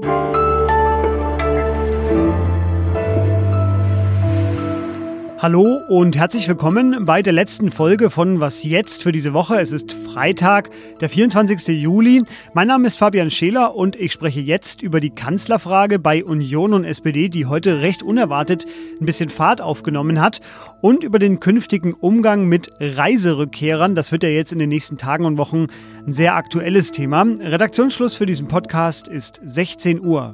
Hallo und herzlich willkommen bei der letzten Folge von Was jetzt für diese Woche. Es ist Freitag, der 24. Juli. Mein Name ist Fabian Scheler und ich spreche jetzt über die Kanzlerfrage bei Union und SPD, die heute recht unerwartet ein bisschen Fahrt aufgenommen hat, und über den künftigen Umgang mit Reiserückkehrern. Das wird ja jetzt in den nächsten Tagen und Wochen ein sehr aktuelles Thema. Redaktionsschluss für diesen Podcast ist 16 Uhr.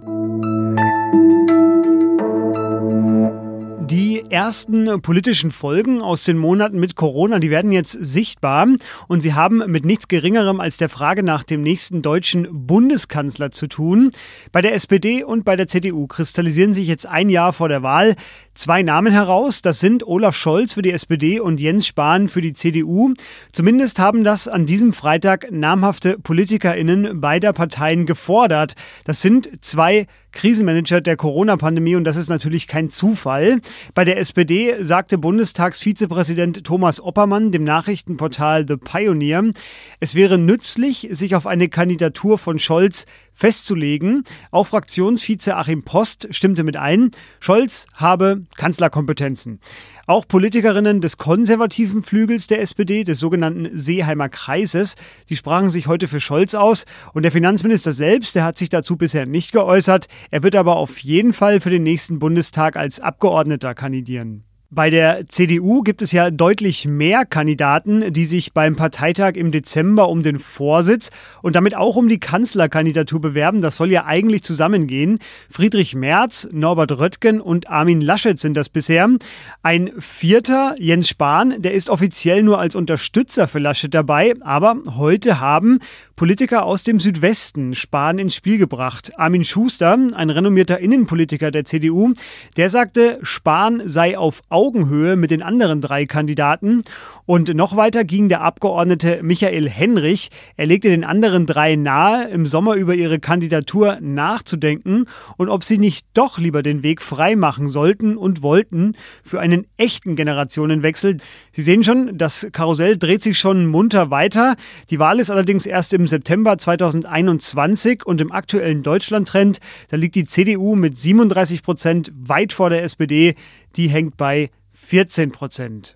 Die ersten politischen Folgen aus den Monaten mit Corona, die werden jetzt sichtbar und sie haben mit nichts Geringerem als der Frage nach dem nächsten deutschen Bundeskanzler zu tun. Bei der SPD und bei der CDU kristallisieren sich jetzt ein Jahr vor der Wahl zwei Namen heraus. Das sind Olaf Scholz für die SPD und Jens Spahn für die CDU. Zumindest haben das an diesem Freitag namhafte PolitikerInnen beider Parteien gefordert. Das sind zwei Krisenmanager der Corona-Pandemie und das ist natürlich kein Zufall. Bei der SPD sagte Bundestagsvizepräsident Thomas Oppermann dem Nachrichtenportal The Pioneer, es wäre nützlich, sich auf eine Kandidatur von Scholz festzulegen. Auch Fraktionsvize Achim Post stimmte mit ein, Scholz habe Kanzlerkompetenzen. Auch Politikerinnen des konservativen Flügels der SPD, des sogenannten Seeheimer Kreises, die sprachen sich heute für Scholz aus. Und der Finanzminister selbst, der hat sich dazu bisher nicht geäußert. Er wird aber auf jeden Fall für den nächsten Bundestag als Abgeordneter kandidieren. Bei der CDU gibt es ja deutlich mehr Kandidaten, die sich beim Parteitag im Dezember um den Vorsitz und damit auch um die Kanzlerkandidatur bewerben. Das soll ja eigentlich zusammengehen. Friedrich Merz, Norbert Röttgen und Armin Laschet sind das bisher. Ein vierter, Jens Spahn, der ist offiziell nur als Unterstützer für Laschet dabei. Aber heute haben Politiker aus dem Südwesten Spahn ins Spiel gebracht. Armin Schuster, ein renommierter Innenpolitiker der CDU, der sagte, Spahn sei auf Augenhöhe mit den anderen drei Kandidaten. Und noch weiter ging der Abgeordnete Michael Henrich. Er legte den anderen drei nahe, im Sommer über ihre Kandidatur nachzudenken und ob sie nicht doch lieber den Weg frei machen sollten und wollten für einen echten Generationenwechsel. Sie sehen schon, das Karussell dreht sich schon munter weiter. Die Wahl ist allerdings erst im September 2021 und im aktuellen Deutschland-Trend, da liegt die CDU mit 37% weit vor der SPD. Die hängt bei 14%.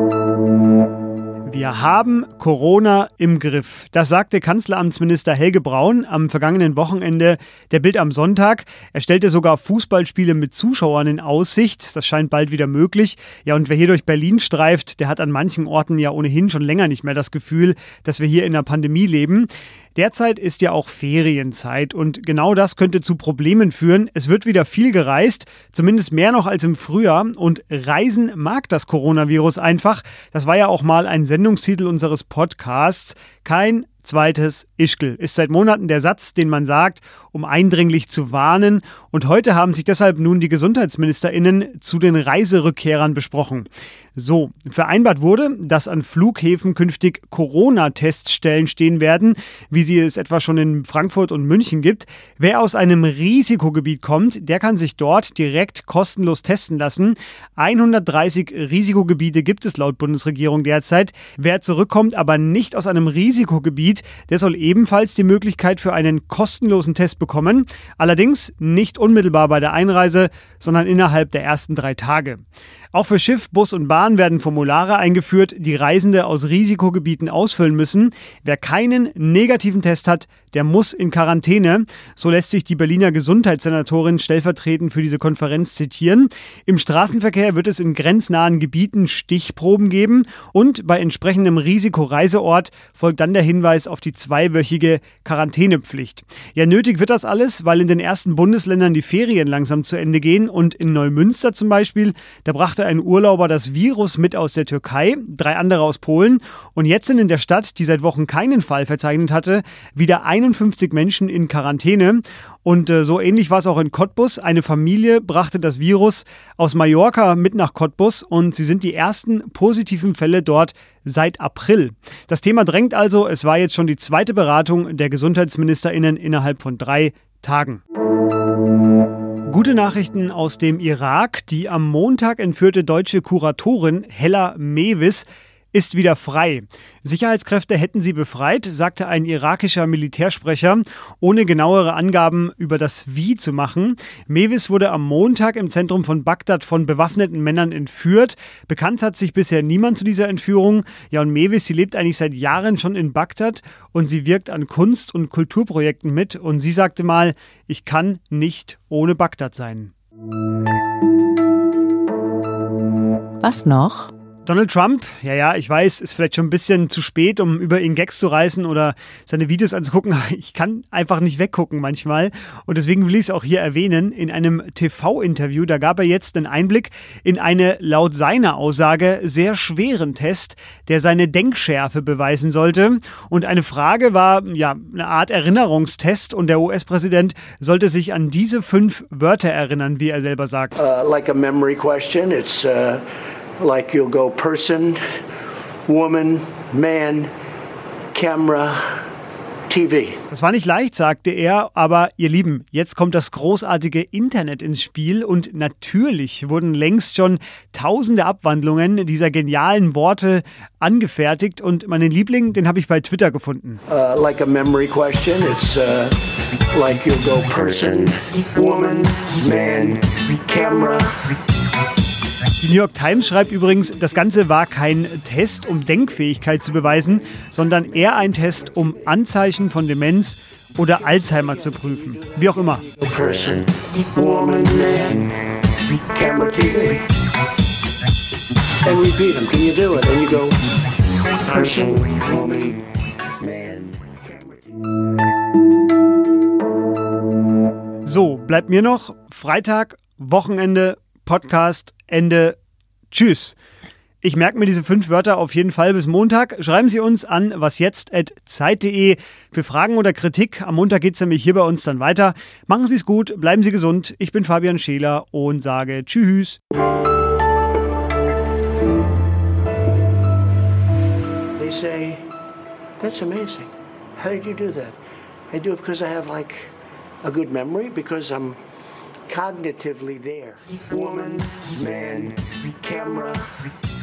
Wir haben Corona im Griff. Das sagte Kanzleramtsminister Helge Braun am vergangenen Wochenende der Bild am Sonntag. Er stellte sogar Fußballspiele mit Zuschauern in Aussicht. Das scheint bald wieder möglich. Ja, und wer hier durch Berlin streift, der hat an manchen Orten ja ohnehin schon länger nicht mehr das Gefühl, dass wir hier in einer Pandemie leben. Derzeit ist ja auch Ferienzeit und genau das könnte zu Problemen führen. Es wird wieder viel gereist, zumindest mehr noch als im Frühjahr, und Reisen mag das Coronavirus einfach. Das war ja auch mal ein Sendungstitel unseres Podcasts. Kein zweites Ischgl ist seit Monaten der Satz, den man sagt, um eindringlich zu warnen. Und heute haben sich deshalb nun die GesundheitsministerInnen zu den Reiserückkehrern besprochen. So, vereinbart wurde, dass an Flughäfen künftig Corona-Teststellen stehen werden, wie sie es etwa schon in Frankfurt und München gibt. Wer aus einem Risikogebiet kommt, der kann sich dort direkt kostenlos testen lassen. 130 Risikogebiete gibt es laut Bundesregierung derzeit. Wer zurückkommt, aber nicht aus einem Risikogebiet, der soll ebenfalls die Möglichkeit für einen kostenlosen Test bekommen. Allerdings nicht unmittelbar bei der Einreise, sondern innerhalb der ersten 3 Tage. Auch für Schiff, Bus und Bahn werden Formulare eingeführt, die Reisende aus Risikogebieten ausfüllen müssen. Wer keinen negativen Test hat, der muss in Quarantäne. So lässt sich die Berliner Gesundheitssenatorin stellvertretend für diese Konferenz zitieren. Im Straßenverkehr wird es in grenznahen Gebieten Stichproben geben und bei entsprechendem Risikoreiseort folgt dann der Hinweis auf die 2-wöchige Quarantänepflicht. Ja, nötig wird das alles, weil in den ersten Bundesländern die Ferien langsam zu Ende gehen und in Neumünster zum Beispiel, da brachte ein Urlauber das Virus mit aus der Türkei, 3 andere aus Polen und jetzt sind in der Stadt, die seit Wochen keinen Fall verzeichnet hatte, wieder 51 Menschen in Quarantäne. Und so ähnlich war es auch in Cottbus. Eine Familie brachte das Virus aus Mallorca mit nach Cottbus und sie sind die ersten positiven Fälle dort seit April. Das Thema drängt also, es war jetzt schon die 2. Beratung der GesundheitsministerInnen innerhalb von 3 Tagen. Gute Nachrichten aus dem Irak. Die am Montag entführte deutsche Kuratorin Hella Mewis ist wieder frei. Sicherheitskräfte hätten sie befreit, sagte ein irakischer Militärsprecher, ohne genauere Angaben über das Wie zu machen. Mewis wurde am Montag im Zentrum von Bagdad von bewaffneten Männern entführt. Bekannt hat sich bisher niemand zu dieser Entführung. Ja, und Mewis, sie lebt eigentlich seit Jahren schon in Bagdad und sie wirkt an Kunst- und Kulturprojekten mit. Und sie sagte mal, ich kann nicht ohne Bagdad sein. Was noch? Donald Trump, ja, ich weiß, ist vielleicht schon ein bisschen zu spät, um über ihn Gags zu reißen oder seine Videos anzugucken. Ich kann einfach nicht weggucken manchmal und deswegen will ich es auch hier erwähnen. In einem TV-Interview, da gab er jetzt einen Einblick in eine laut seiner Aussage sehr schweren Test, der seine Denkschärfe beweisen sollte. Und eine Frage war, ja, eine Art Erinnerungstest und der US-Präsident sollte sich an diese 5 Wörter erinnern, wie er selber sagt. Like a memory question, it's like you'll go person, woman, man, camera, TV. Das war nicht leicht, sagte er, aber ihr Lieben, jetzt kommt das großartige Internet ins Spiel und natürlich wurden längst schon tausende Abwandlungen dieser genialen Worte angefertigt und meinen Liebling, den habe ich bei Twitter gefunden. Like a memory question, it's like you'll go person, woman, man, camera. Die New York Times schreibt übrigens, das Ganze war kein Test, um Denkfähigkeit zu beweisen, sondern eher ein Test, um Anzeichen von Demenz oder Alzheimer zu prüfen. Wie auch immer. Person, woman, man, camera, TV. And repeat them. Can you do it? And you go person, woman, man, camera, TV. So, bleibt mir noch Freitag, Wochenende, Podcast, Ende. Tschüss. Ich merke mir diese 5 Wörter auf jeden Fall bis Montag. Schreiben Sie uns an wasjetzt@zeit.de für Fragen oder Kritik. Am Montag geht es nämlich hier bei uns dann weiter. Machen Sie es gut, bleiben Sie gesund. Ich bin Fabian Scheler und sage Tschüss. They say, that's amazing. How did you do that? I do it because I have like a good memory, because I'm cognitively there. Woman, man, camera,